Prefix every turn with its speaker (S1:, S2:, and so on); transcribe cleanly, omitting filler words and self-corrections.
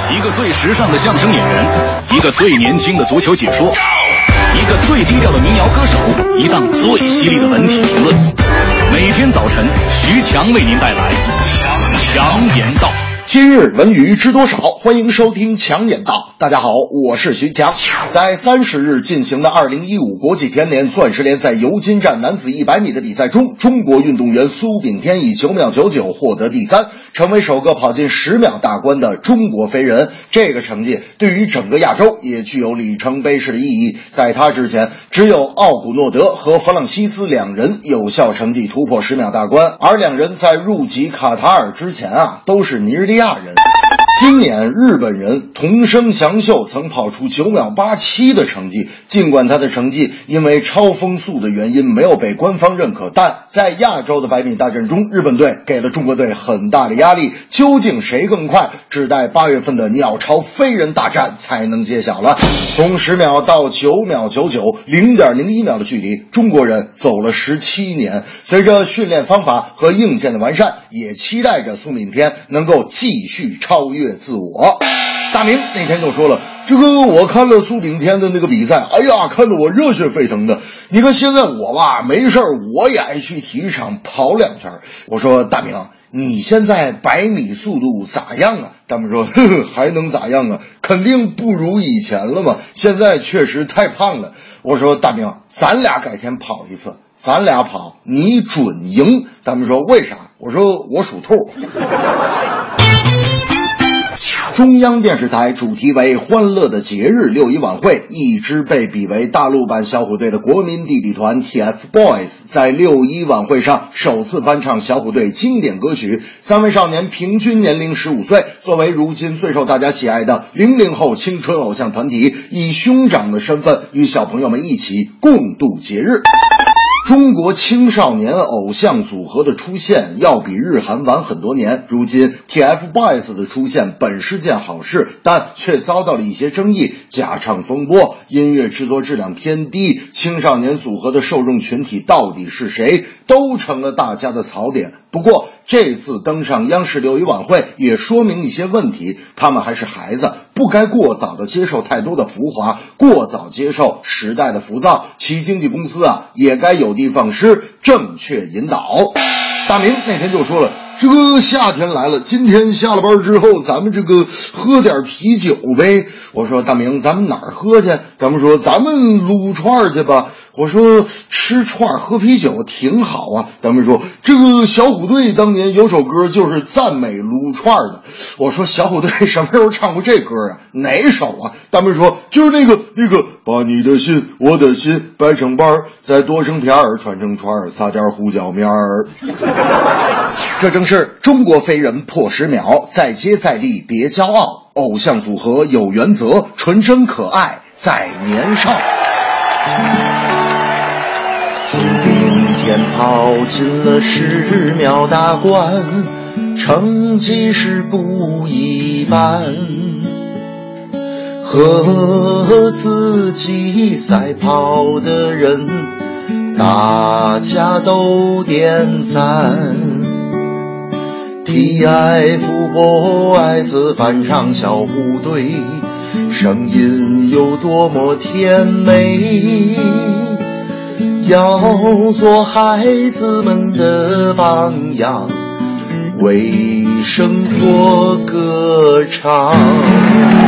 S1: 一个最时尚的相声演员，一个最年轻的足球解说，一个最低调的民谣歌手，一档最犀利的文体评论。每天早晨，徐强为您带来强言道。
S2: 今日文娱知多少？欢迎收听强言道。大家好，我是徐强。在30日进行的2015国际田联钻石联赛尤金站男子100米的比赛中，中国运动员苏炳添以9秒99获得第3，成为首个跑进10秒大关的中国飞人。这个成绩对于整个亚洲也具有里程碑式的意义。在他之前，只有奥古诺德和弗朗西斯两人有效成绩突破10秒大关，而两人在入籍卡塔尔之前都是尼日利亚人。今年日本人桐生祥秀曾跑出9秒87的成绩，尽管他的成绩因为超风速的原因没有被官方认可，但在亚洲的100米大战中，日本队给了中国队很大的压力。究竟谁更快，只待8月份的鸟巢飞人大战才能揭晓了。从10秒到9秒99 0.01秒的距离，中国人走了17年。随着训练方法和硬件的完善，也期待着苏炳添能够继续超越自我。大明那天就说了，这个我看了苏炳添的那个比赛，哎呀，看得我热血沸腾的。你看现在我吧，没事我也爱去体育场跑2圈。我说大明，你现在100米速度咋样啊？他们说还能咋样啊？肯定不如以前了嘛，现在确实太胖了。我说大明，咱俩改天跑一次，咱俩跑你准赢。他们说为啥？我说我属兔。中央电视台主题为欢乐的节日6·1晚会，一支被比为大陆版小虎队的国民弟弟团 TFBOYS 在6·1晚会上首次翻唱小虎队经典歌曲。3位少年平均年龄15岁，作为如今最受大家喜爱的00后青春偶像团体，以兄长的身份与小朋友们一起共度节日。中国青少年偶像组合的出现要比日韩晚很多年，如今 TFBOYS 的出现本是件好事，但却遭到了一些争议，假唱风波，音乐制作质量偏低，青少年组合的受众群体到底是谁，都成了大家的槽点。不过这次登上央视6·1晚会也说明一些问题，他们还是孩子，不该过早的接受太多的浮华，过早接受时代的浮躁，其经纪公司也该有的放矢，正确引导。大明那天就说了，这个夏天来了，今天下了班之后咱们这个喝点啤酒呗。我说大明，咱们哪儿喝去？咱们说咱们撸串去吧。我说吃串喝啤酒挺好啊。他们说这个小虎队当年有首歌就是赞美撸串的。我说小虎队什么时候唱过这歌啊？哪首啊？他们说就是那个把你的心我的心掰成瓣儿，再剁成片儿，串成串儿，撒点胡椒面儿。这正是中国飞人破10秒，再接再厉别骄傲，偶像组合有原则，纯真可爱在年少。
S3: 苏炳添跑进了10秒大关，成绩是不一般，和自己赛跑的人大家都点赞。TFBOYS 翻唱小虎队，声音有多么甜美，要做孩子们的榜样，为生活歌唱。